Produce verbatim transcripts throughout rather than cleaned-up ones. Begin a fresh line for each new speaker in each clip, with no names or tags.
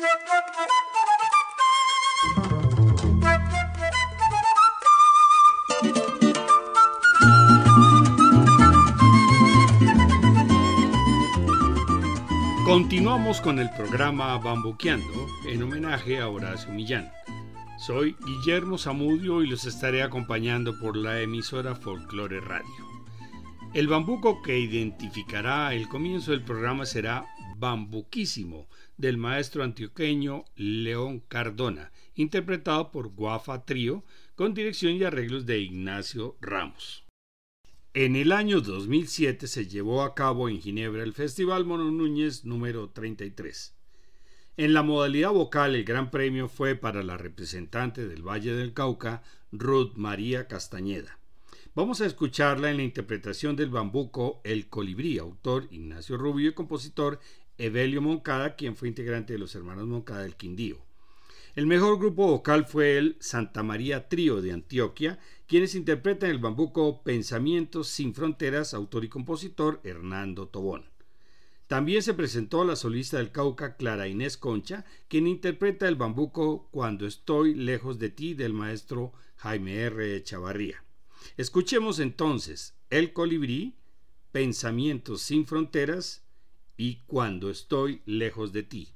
Continuamos con el programa Bambuqueando en homenaje a Horacio Millán. Soy Guillermo Zamudio y los estaré acompañando por la emisora Folklore Radio. El bambuco que identificará el comienzo del programa será Bambuquísimo, del maestro antioqueño León Cardona, interpretado por Guafa Trío, con dirección y arreglos de Ignacio Ramos. En el año dos mil siete se llevó a cabo en Ginebra el Festival Mono Núñez número treinta y tres. En la modalidad vocal el gran premio fue para la representante del Valle del Cauca, Ruth María Castañeda. Vamos a escucharla en la interpretación del bambuco El Colibrí, autor Ignacio Rubio y compositor Evelio Moncada, quien fue integrante de los hermanos Moncada del Quindío. El mejor grupo vocal fue el Santa María Trío de Antioquia, quienes interpretan el bambuco Pensamientos sin Fronteras, autor y compositor Hernando Tobón. También se presentó la solista del Cauca Clara Inés Concha, quien interpreta el bambuco Cuando estoy lejos de ti, del maestro Jaime R. Echavarría. Escuchemos entonces El Colibrí, Pensamientos sin Fronteras y Cuando estoy lejos de ti.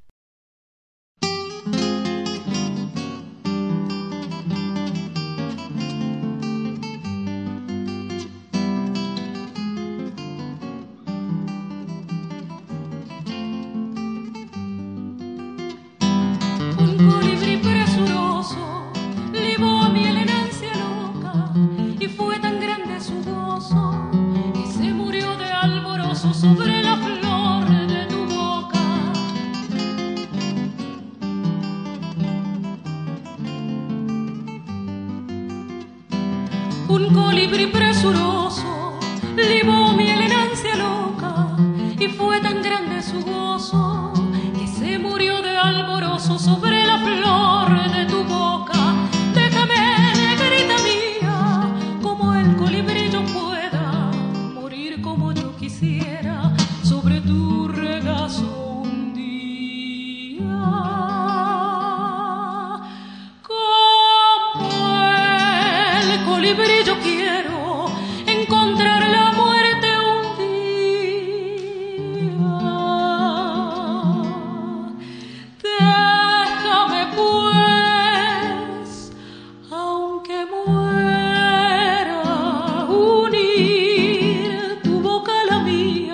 Sobre la flor de tu boca, un colibrí presuroso libó miel en ansia loca y fue tan grande su gozo que se murió de alborozo sobre la flor de tu boca. Déjame, negrita mía, como el colibrí yo pueda morir como yo quisiera sobre tu regazo un día. Como el colibrí yo quiero encontrar la muerte un día. Déjame pues, aunque muera, unir tu boca a la mía.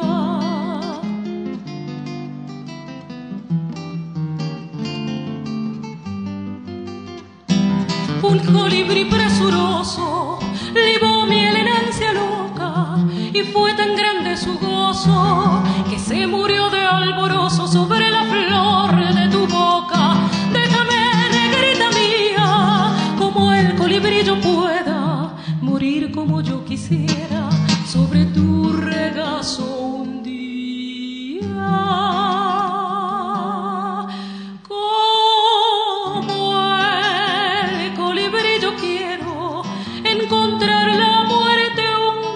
Un colibrí presuroso libó miel en ansia loca y fue tan grande su gozo que se murió de alborozo sobre la flor de tu boca. Déjame, negrita mía, como el colibrí yo pueda morir como yo quisiera sobre tu regazo un día. Encontrar la muerte un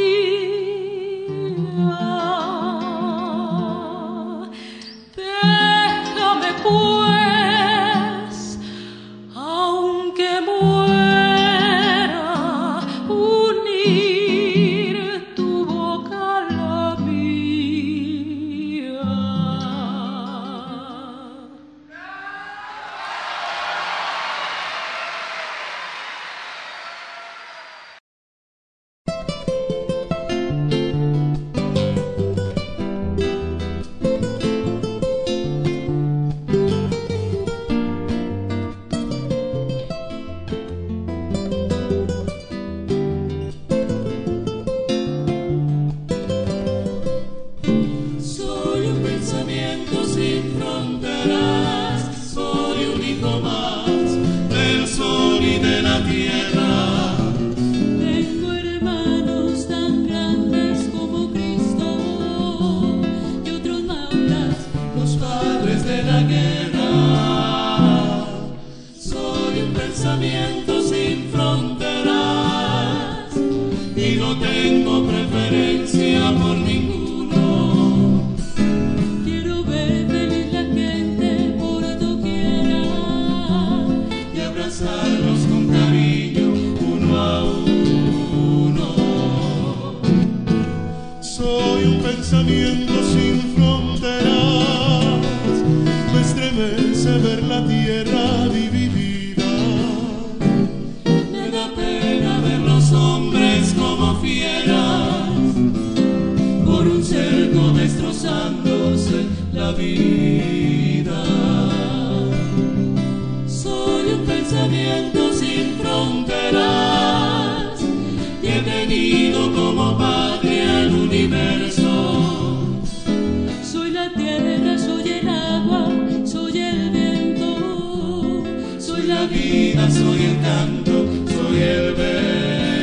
día. Déjame pues, aunque muera, unir tu boca a la mía. Soy un pensamiento sin fronteras, soy un hijo más del sol y de la tierra. Tengo hermanos tan grandes como Cristo y otros maulas, los padres de la guerra. Soy un pensamiento sin fronteras y no tengo preferencia por ninguno. Quiero ver feliz la gente por todo
vida, soy el canto, soy el verso.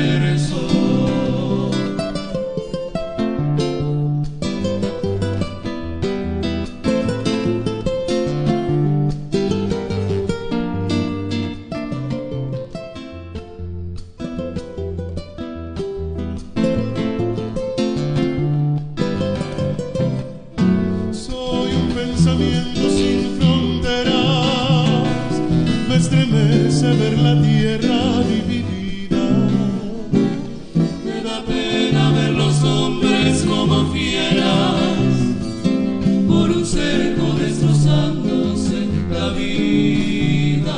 Soy un pensamiento sin fronteras, me estremece ver la tierra dividida. Me da pena ver los hombres como fieras, por un cerco destrozándose la vida.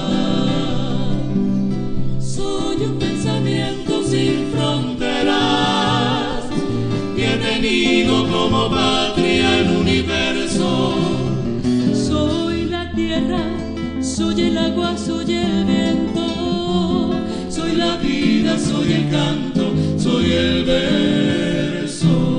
Soy un pensamiento sin fronteras y he tenido como patria el universo.
Soy la tierra, soy el agua, soy el viento,
Soy la vida, soy el canto, soy el verso.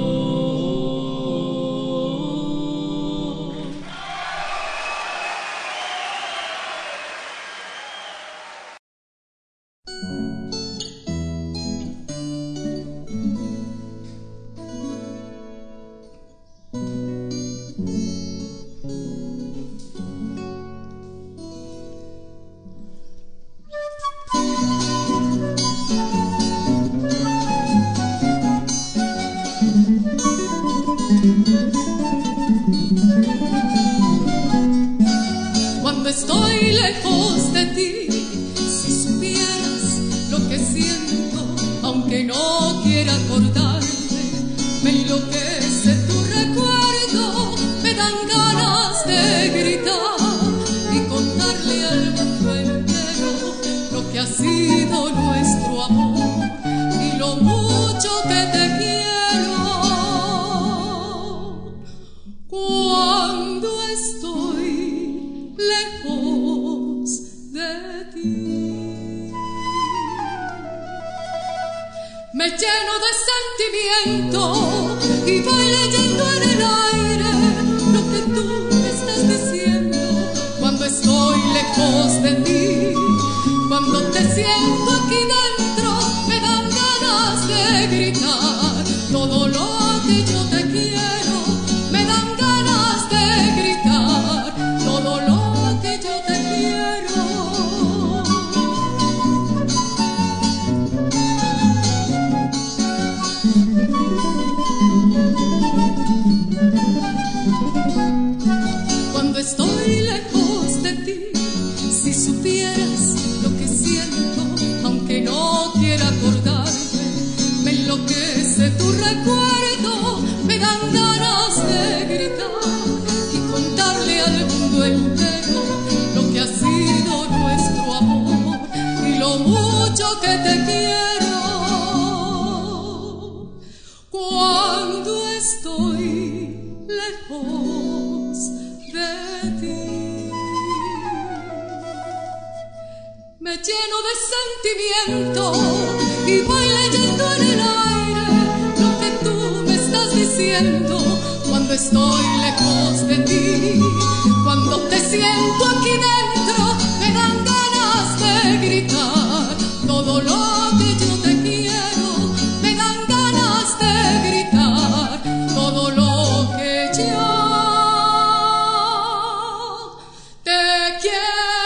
Cuando estoy lejos de ti, si supieras lo que siento, aunque no quiera acordarme, me enloquece tu recuerdo, me dan ganas de gritar y contarle al mundo entero lo que ha sido nuestro amor y lo mucho que te quiero. Cuando estoy lejos de ti, me lleno de sentimiento y voy leyendo en el aire lo que tú me estás diciendo. Cuando estoy lejos de ti, cuando te siento aquí dentro, me dan ganas de gritar todo lo que yo te quiero. Me dan ganas de gritar todo lo que yo te quiero. Cuando estoy lejos de ti, si supieras lo que siento, aunque no quiera acordarme, me enloquece tu recuerdo, me dan ganas de gritar y contarle al mundo entero lo que ha sido nuestro amor y lo mucho que te quiero. Cuando estoy lejos de ti, me lleno de sentimiento y voy leyendo en el aire lo que tú me estás diciendo. Cuando estoy lejos de ti, cuando te siento aquí dentro, me dan ganas de gritar todo lo que yo te quiero. Me dan ganas de gritar todo lo que yo te quiero.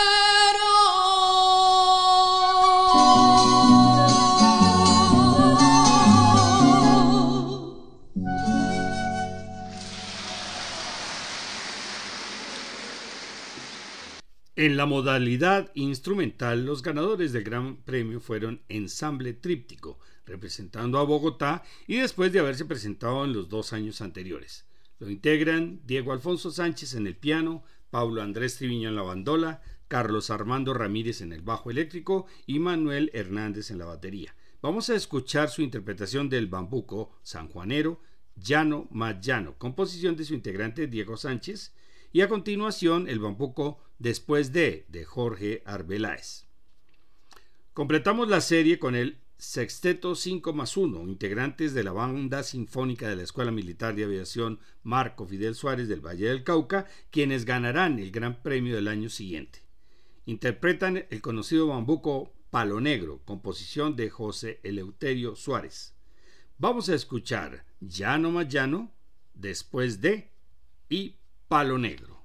En la modalidad instrumental, los ganadores del Gran Premio fueron Ensamble Tríptico, representando a Bogotá y después de haberse presentado en los dos años anteriores. Lo integran Diego Alfonso Sánchez en el piano, Pablo Andrés Triviño en la bandola, Carlos Armando Ramírez en el bajo eléctrico y Manuel Hernández en la batería. Vamos a escuchar su interpretación del bambuco sanjuanero Llano más Llano, composición de su integrante Diego Sánchez, y a continuación el bambuco Después de, de Jorge Arbeláez. Completamos la serie con el Sexteto cinco más uno, integrantes de la Banda Sinfónica de la Escuela Militar de Aviación Marco Fidel Suárez del Valle del Cauca, quienes ganarán el Gran Premio del año siguiente. Interpretan el conocido bambuco Palo Negro, composición de José Eleuterio Suárez. Vamos a escuchar Llano más llano, después de y Palo Negro.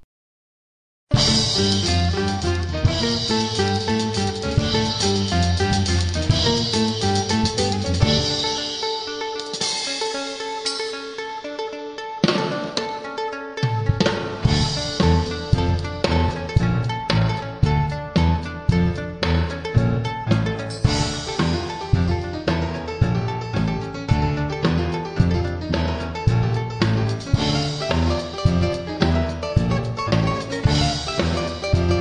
Thank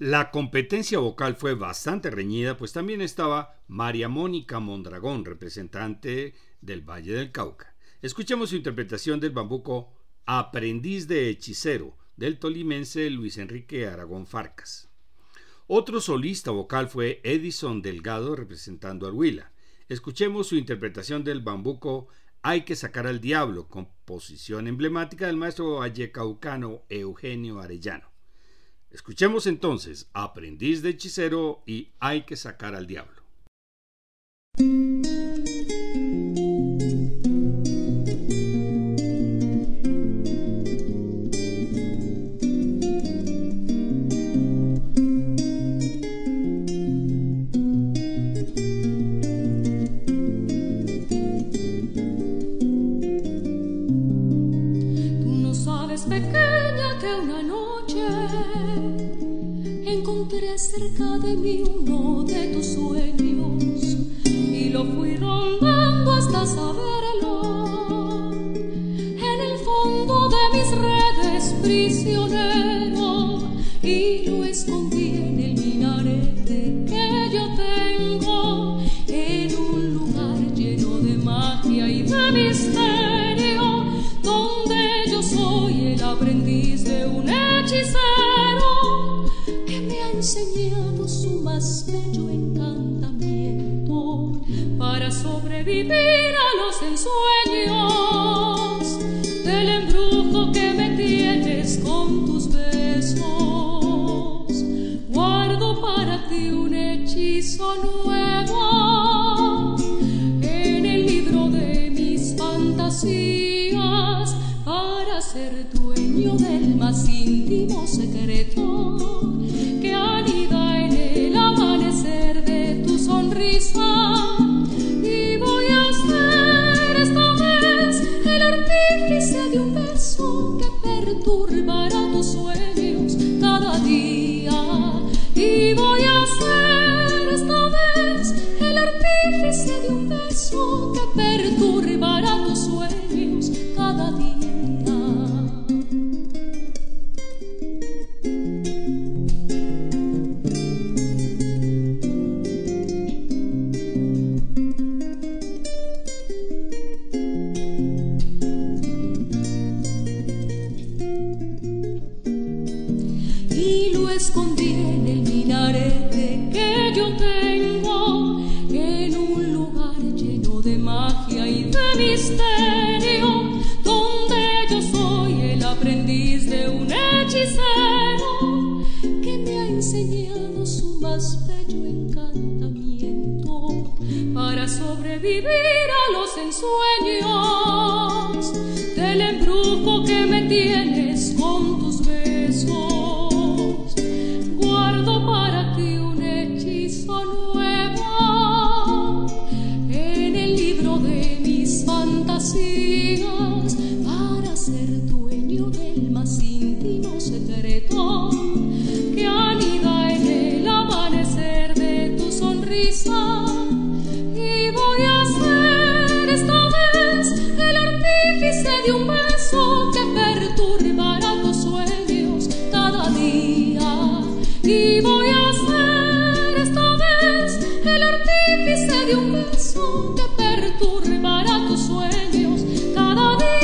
La competencia vocal fue bastante reñida, pues también estaba María Mónica Mondragón, representante del Valle del Cauca. Escuchemos su interpretación del bambuco Aprendiz de Hechicero, del tolimense Luis Enrique Aragón Farcas. Otro solista vocal fue Edison Delgado, representando al Huila. Escuchemos su interpretación del bambuco Hay que sacar al diablo, composición emblemática del maestro vallecaucano Eugenio Arellano. Escuchemos entonces Aprendiz de Hechicero y Hay que sacar al diablo.
Tú no sabes, pequeña, que una noche encontré cerca de mí uno de tus sueños y lo fui rondando hasta saberlo. En el fondo de mis redes, prisionero, y lo escondí en el minarete que yo tengo, en un lugar lleno de magia y de misterio, donde yo soy el aprendiz de un hechicero que me ha enseñado su más bello encantamiento para sobrevivir a los ensueños del embrujo que me tienes con tus besos. Guardo para ti un hechizo nuevo en el libro de mis fantasías para ser dueño del más íntimo secreto que anida en el amanecer de tu sonrisa. Y voy a ser esta vez el artífice de un beso que perturbará tus sueños cada día. Y voy a ser esta vez el artífice de un beso que perturbará tus sueños cada día. Escondí en el minarete que yo tengo, en un lugar lleno de magia y de misterio, donde yo soy el aprendiz de un hechicero que me ha enseñado su más bello encantamiento para sobrevivir a los ensueños del embrujo que me tienes con tus besos. Guardo para ti un hechizo nuevo en el libro de mis fantasías para ser dueño del más íntimo secreto que anida en el amanecer de tu sonrisa. Y voy a ser esta vez el artífice de un beso que perturbará tus sueños cada día. Y voy a ser esta vez el artífice de un beso que perturbará tus sueños cada día.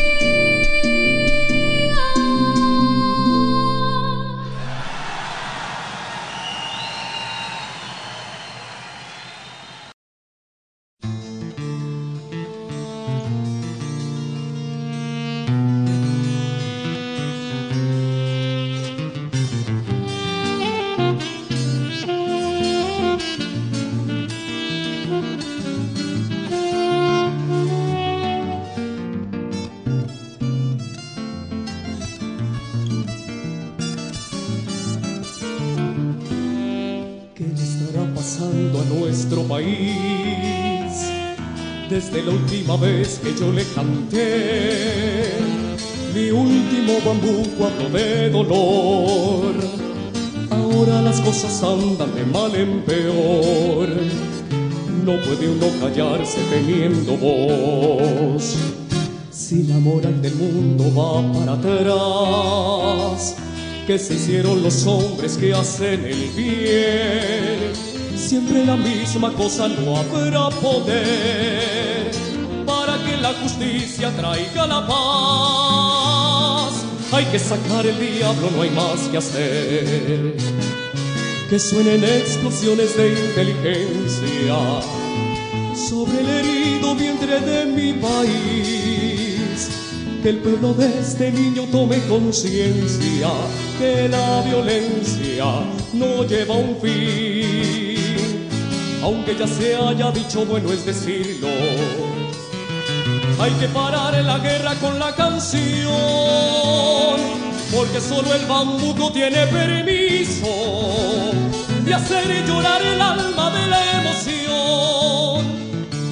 A nuestro país, desde la última vez que yo le canté, mi último bambuco habló de dolor. Ahora las cosas andan de mal en peor, no puede uno callarse teniendo voz. Si la moral del mundo va para atrás,
que se hicieron los hombres que hacen el bien. Siempre la misma cosa, no habrá poder para que la justicia traiga la paz. Hay que sacar el diablo, no hay más que hacer. Que suenen explosiones de inteligencia sobre el herido vientre de mi país. Que el pueblo de este niño tome conciencia que la violencia no lleva un fin. Aunque ya se haya dicho, bueno es decirlo. Hay que parar la guerra con la canción, porque solo el bambuco tiene permiso de hacer llorar el alma de la emoción.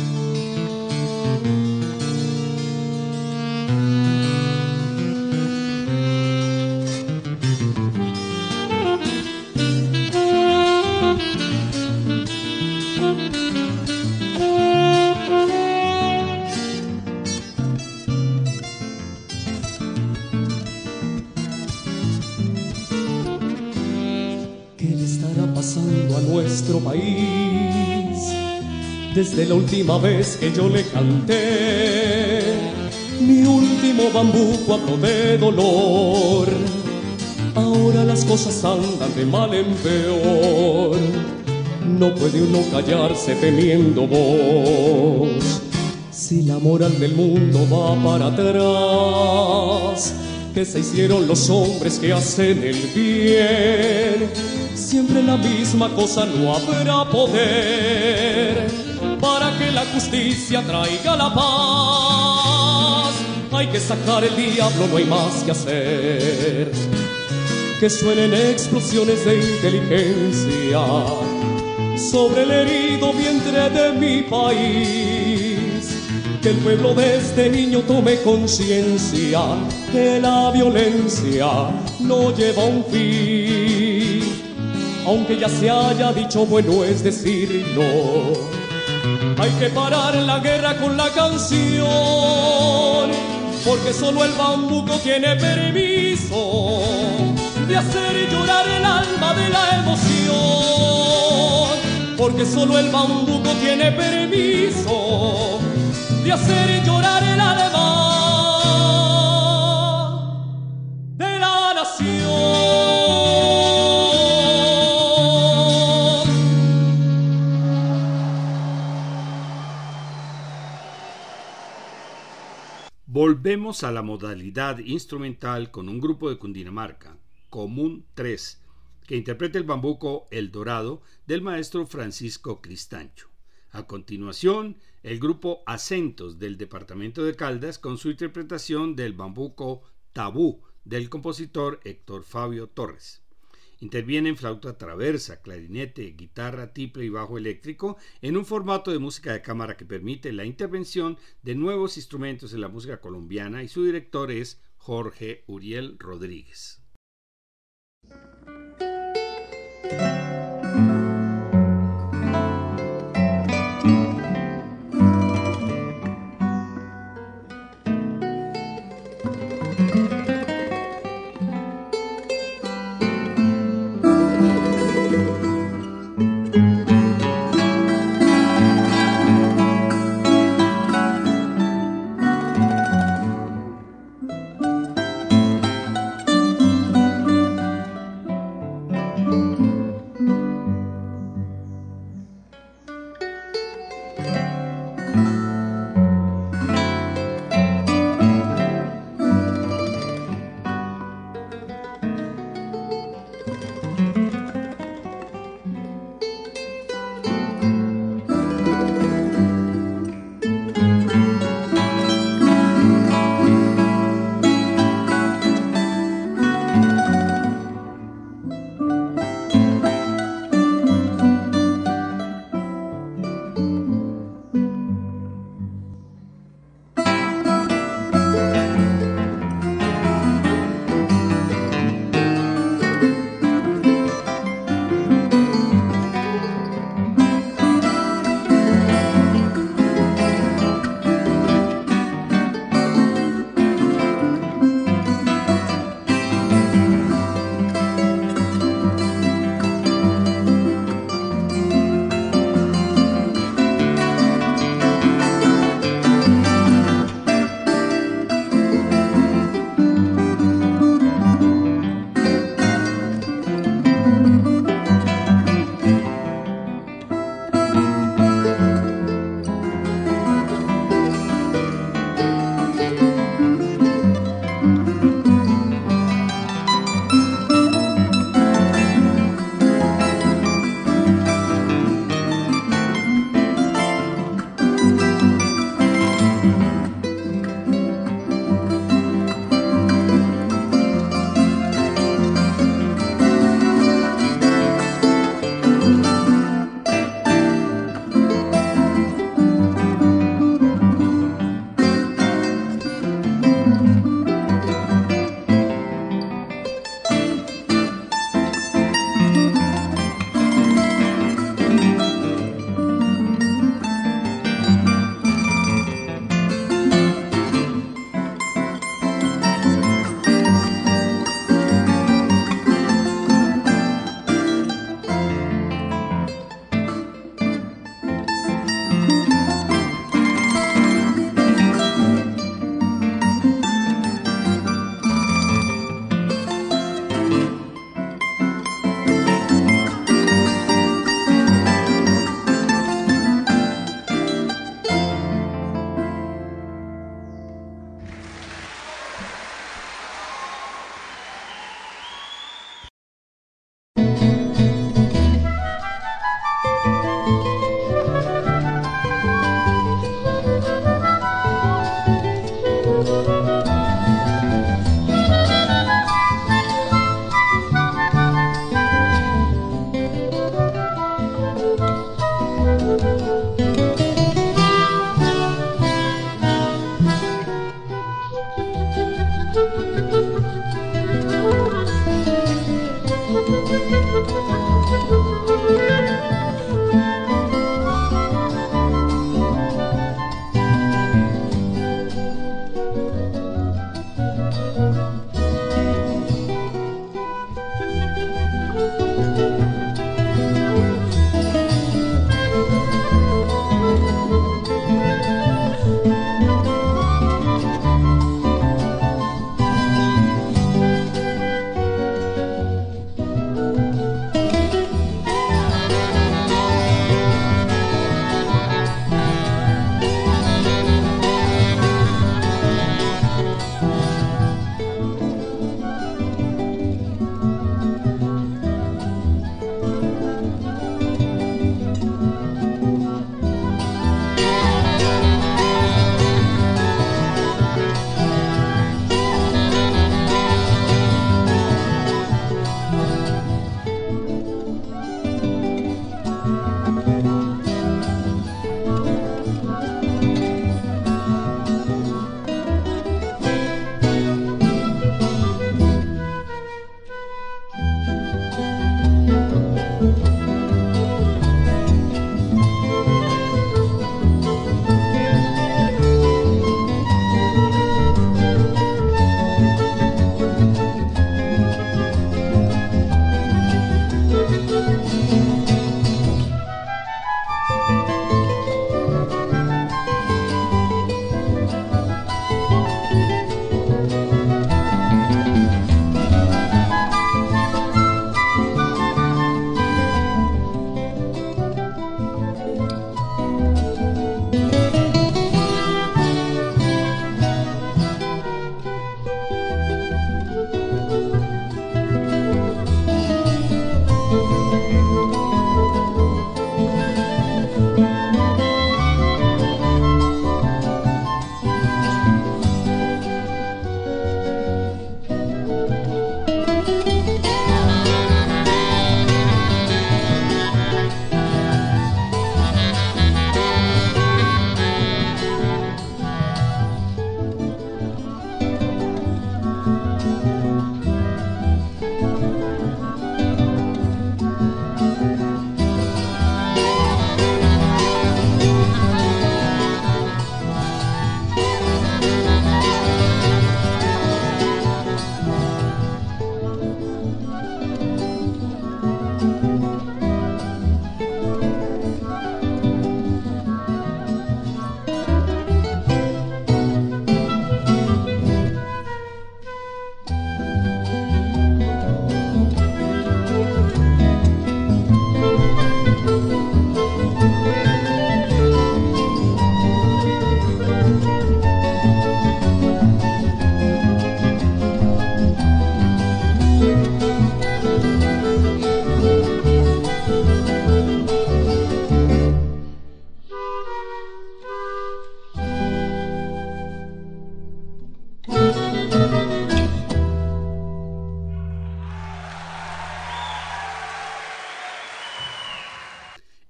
A nuestro país desde la última vez que yo le canté. Mi último bambuco habló de dolor. Ahora las cosas andan de mal en peor. No puede uno callarse teniendo voz. Si la moral del mundo va para atrás, que se hicieron los hombres que hacen el bien. Siempre la misma cosa, no habrá poder para que la justicia traiga la paz. Hay que sacar el diablo, no hay más que hacer. Que suenen explosiones de inteligencia sobre el herido vientre de mi país. Que el pueblo de este niño tome conciencia que la violencia no lleva un fin. Aunque ya se haya dicho, bueno es decirlo. Hay que parar la guerra con la canción, porque solo el bambuco tiene permiso de hacer llorar el alma de la emoción. Porque solo el bambuco tiene permiso de hacer llorar el alma de la nación.
Volvemos a la modalidad instrumental con un grupo de Cundinamarca, Común tres, que interpreta el bambuco El Dorado del maestro Francisco Cristancho. A continuación, el grupo Acentos del departamento de Caldas con su interpretación del bambuco Tabú del compositor Héctor Fabio Torres. Intervienen flauta traversa, clarinete, guitarra, tiple y bajo eléctrico en un formato de música de cámara que permite la intervención de nuevos instrumentos en la música colombiana, y su director es Jorge Uriel Rodríguez.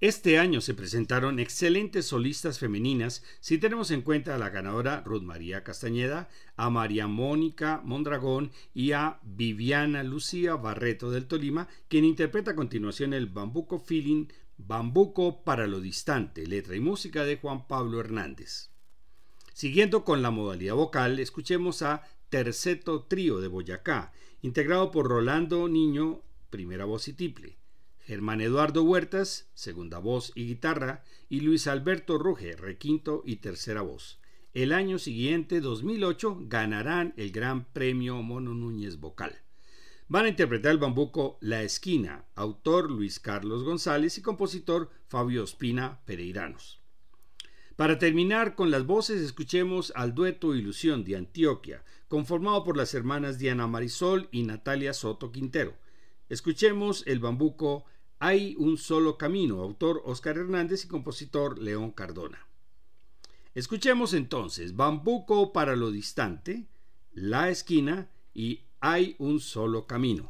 Este año se presentaron excelentes solistas femeninas si tenemos en cuenta a la ganadora Ruth María Castañeda, a María Mónica Mondragón y a Viviana Lucía Barreto del Tolima, quien interpreta a continuación el Bambuco Feeling, Bambuco para lo distante, letra y música de Juan Pablo Hernández. Siguiendo con la modalidad vocal, escuchemos a Terceto Trío de Boyacá, integrado por Rolando Niño, primera voz y tiple, Germán Eduardo Huertas, segunda voz y guitarra, y Luis Alberto Ruge, requinto y tercera voz. El año siguiente, dos mil ocho, ganarán el Gran Premio Mono Núñez Vocal. Van a interpretar el bambuco La Esquina, autor Luis Carlos González y compositor Fabio Ospina Pereiranos. Para terminar con las voces, escuchemos al dueto Ilusión de Antioquia, conformado por las hermanas Diana Marisol y Natalia Soto Quintero. Escuchemos el bambuco Hay un solo camino, autor Óscar Hernández y compositor León Cardona. Escuchemos entonces Bambuco para lo distante, La Esquina y Hay un solo camino.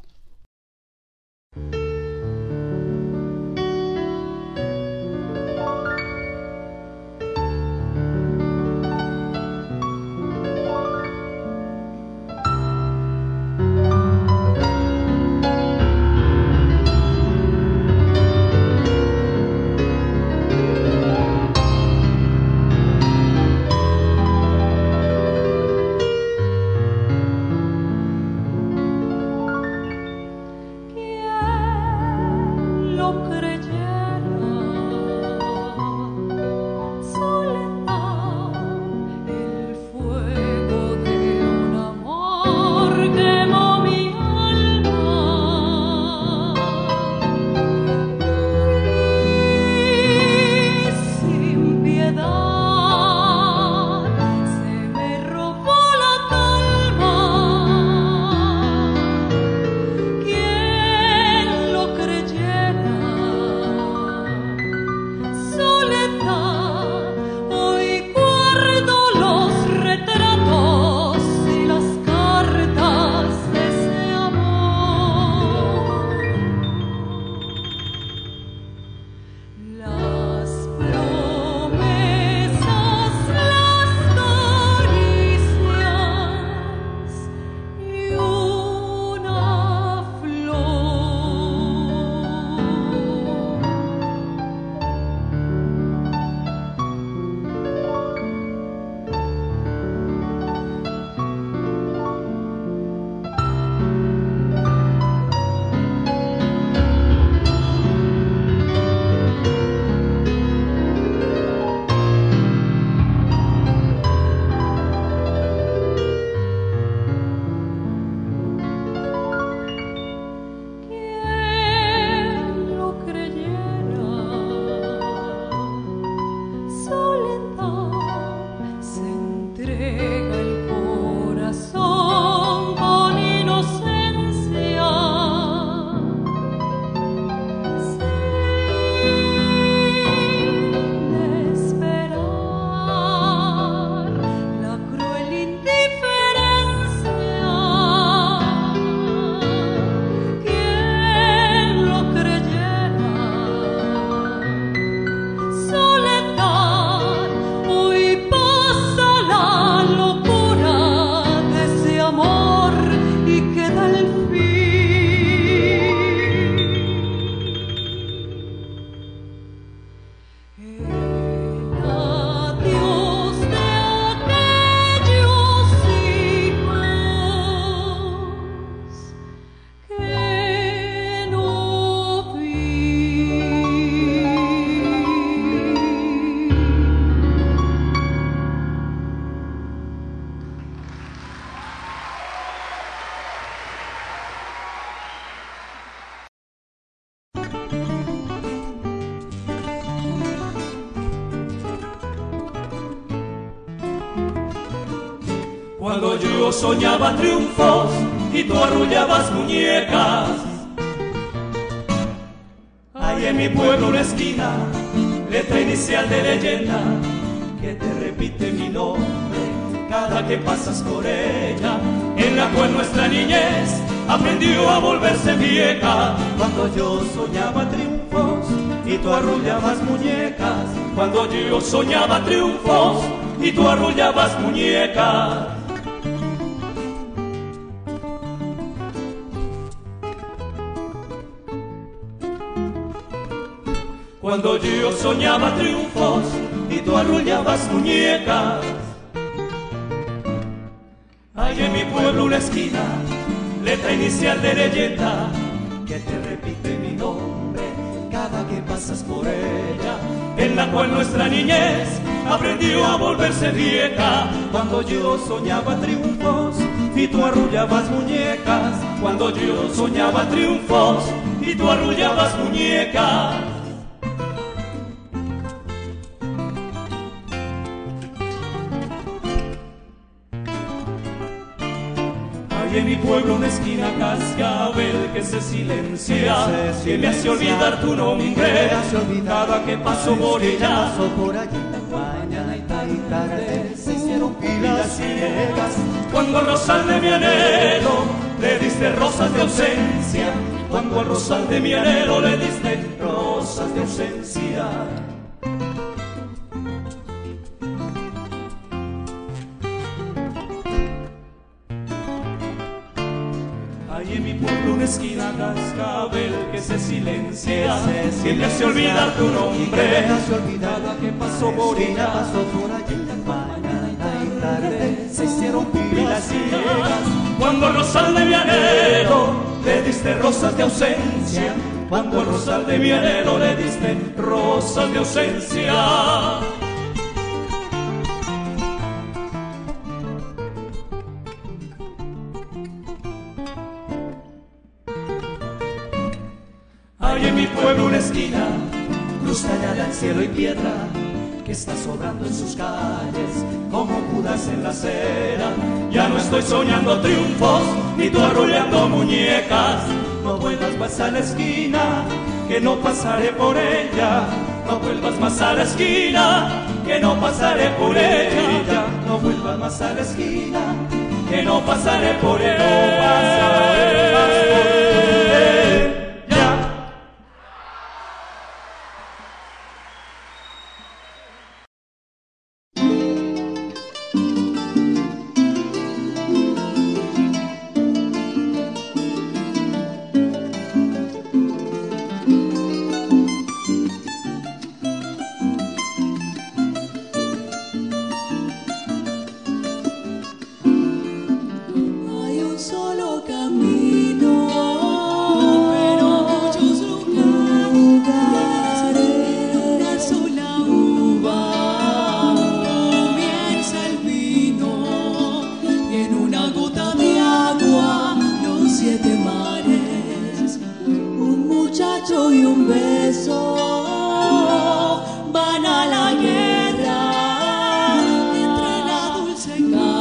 Cuando yo soñaba triunfos y tú arrullabas muñecas, hay en mi pueblo una esquina, letra inicial de leyenda, que te repite mi nombre cada que pasas por ella, en la cual nuestra niñez aprendió a volverse vieja. Cuando yo soñaba triunfos y tú arrullabas muñecas. Cuando yo soñaba triunfos y tú arrullabas muñecas. Cuando yo soñaba triunfos y tú arrullabas muñecas. Hay en mi pueblo una esquina, letra inicial de leyenda, que te repite mi nombre cada que pasas por ella, en la cual nuestra niñez aprendió a volverse vieja. Cuando yo soñaba triunfos y tú arrullabas muñecas. Cuando yo soñaba triunfos y tú arrullabas muñecas. En mi pueblo una esquina cascabel que se silencia, que me hace olvidar tu nombre cada que paso por ella. Mañana y tarde se hicieron pilas ciegas. Cuando al rosal de mi anhelo le diste rosas de ausencia. Cuando al rosal de mi anhelo le diste rosas de ausencia. Hay en mi pueblo una esquina cascabel que se silencia, que me hace olvidar tu nombre cada que paso por ella. Mañana y tarde se hicieron pupilas ciegas. Cuando al rosal de mi anhelo le diste rosas de ausencia. Cuando al rosal de mi anhelo le diste rosas de ausencia. Hay en mi pueblo una esquina, cruz tallada en cielo y piedra, que está sobrando en sus calles como Judas en la acera. Ya no estoy soñando triunfos, ni tú arrullando muñecas. No vuelvas más a la esquina, que no pasaré por ella. No vuelvas más a la esquina, que no pasaré por ella. No vuelvas más a la esquina, que no pasaré por ella. No pasaré más por ella.
Y un beso van a la guerra, entre la dulce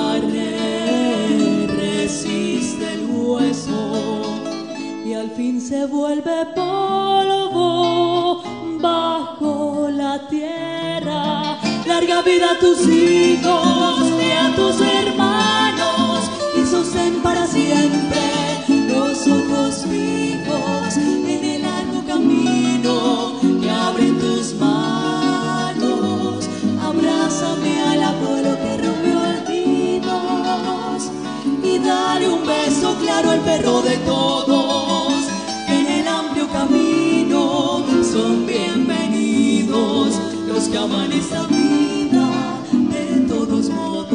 carne resiste el hueso y al fin se vuelve polvo bajo la tierra. Larga vida a tus hijos y a tus hermanos y sostén para siempre los ojos fijos en el largo camino que abren tus manos. Abrázame al abuelo que rompió olvidos y dale un beso claro al perro de todos, que en el amplio camino son bienvenidos los que aman esta vida de todos modos.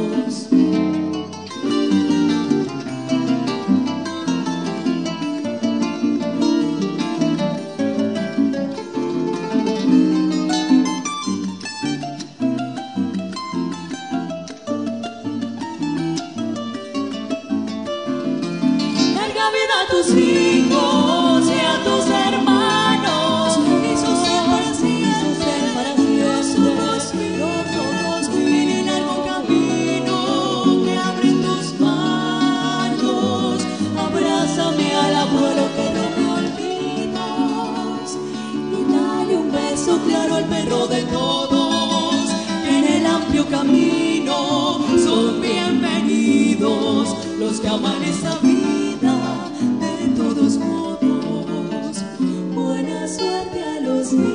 A tus hijos y a tus hermanos y sostén para siempre, para siempre los ojos en el largo camino que abren tus manos. Abrázame al abuelo que no me olvidas y dale un beso claro al perro de todos, que en el amplio camino son bienvenidos los que aman esta vida. Buena suerte a los niños.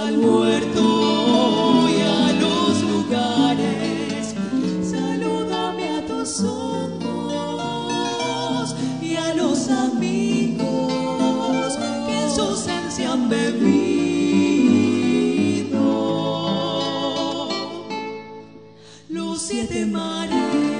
al huerto y a los lugares, salúdame a tus ojos y a los amigos que en su ausencia han bebido los siete mares.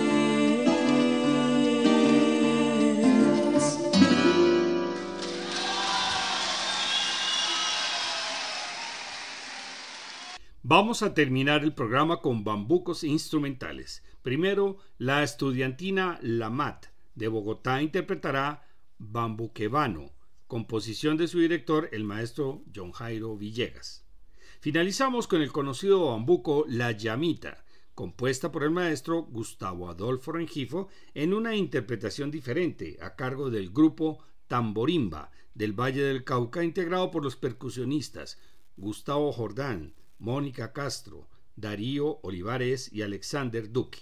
Vamos a terminar el programa con bambucos instrumentales. Primero, la estudiantina La Mat de Bogotá interpretará Bambuquebano, composición de su director, el maestro John Jairo Villegas. Finalizamos con el conocido bambuco La Llamita, compuesta por el maestro Gustavo Adolfo Rengifo en una interpretación diferente a cargo del grupo Tamborimba del Valle del Cauca, integrado por los percusionistas Gustavo Jordán, Mónica Castro, Darío Olivares y Alexander Duque.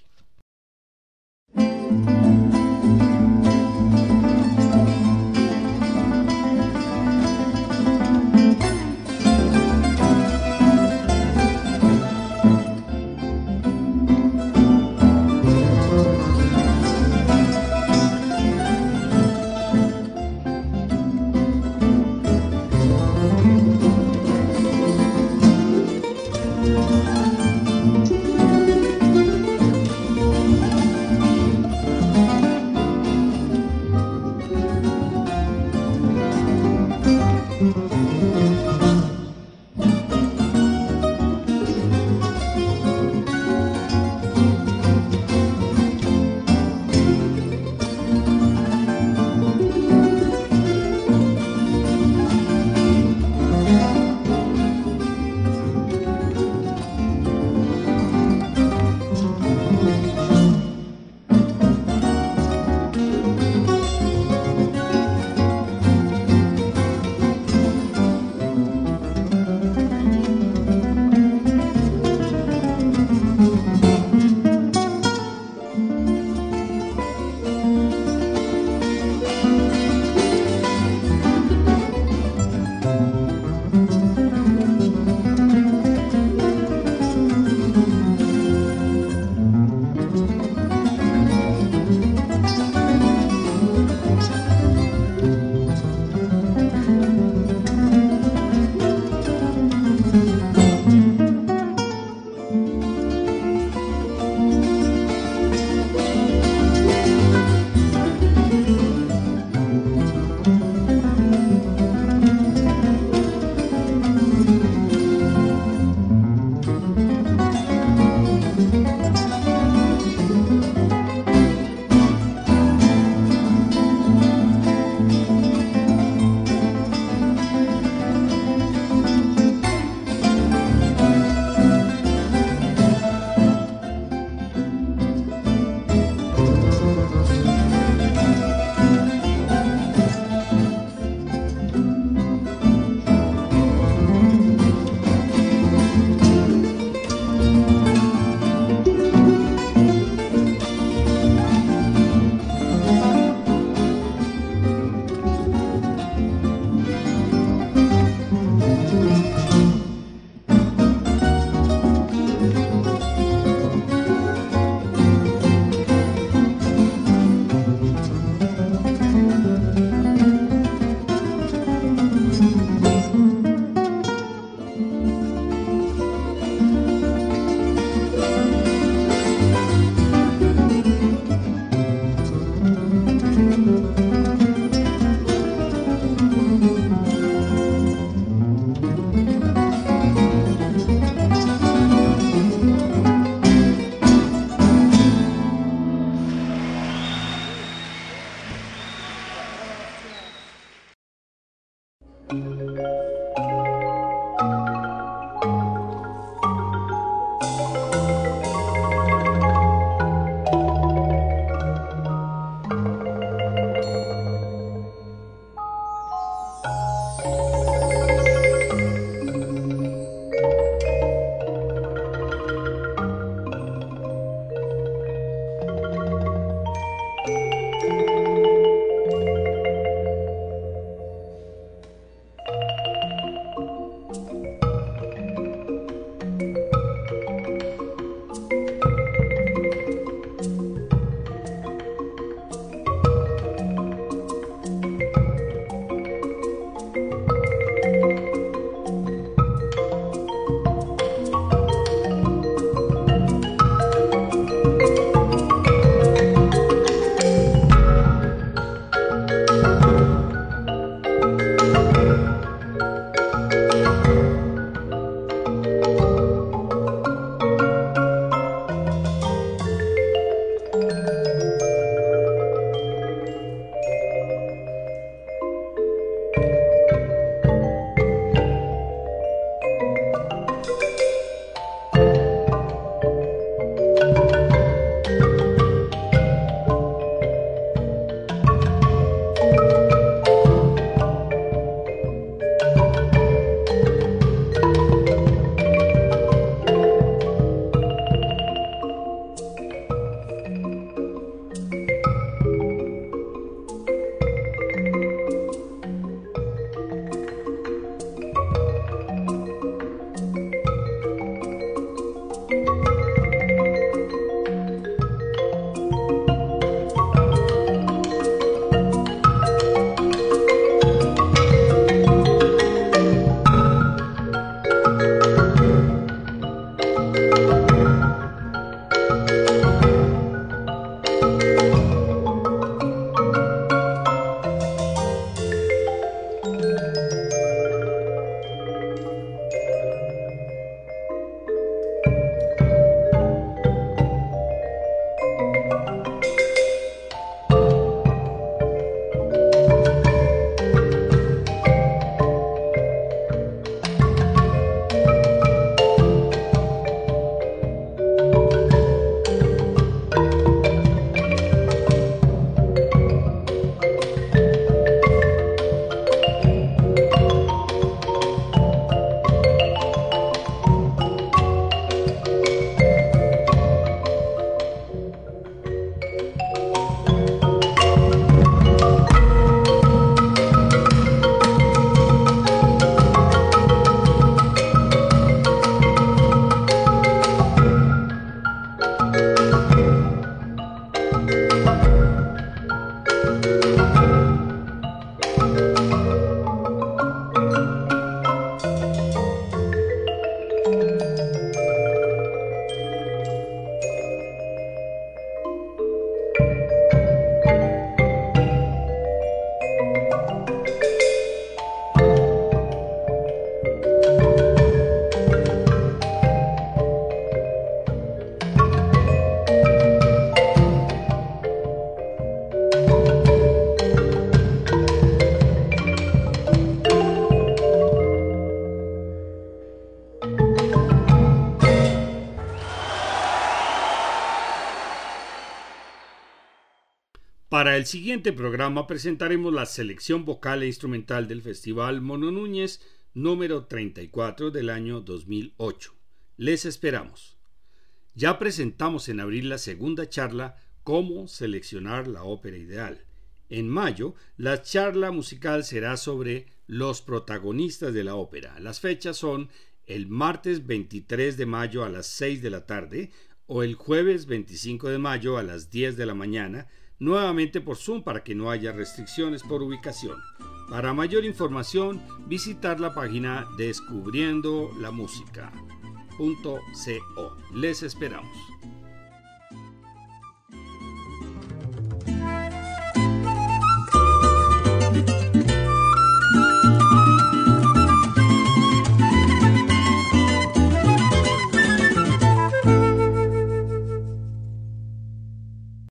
Para el siguiente programa presentaremos la selección vocal e instrumental del Festival Mono Núñez número treinta y cuatro del año dos mil ocho. Les esperamos. Ya presentamos en abril la segunda charla Cómo seleccionar la ópera ideal. En mayo, la charla musical será sobre los protagonistas de la ópera. Las fechas son el martes veintitrés de mayo a las seis de la tarde o el jueves veinticinco de mayo a las diez de la mañana, nuevamente por Zoom para que no haya restricciones por ubicación. Para mayor información, visitar la página descubriendo la música punto co. Les esperamos.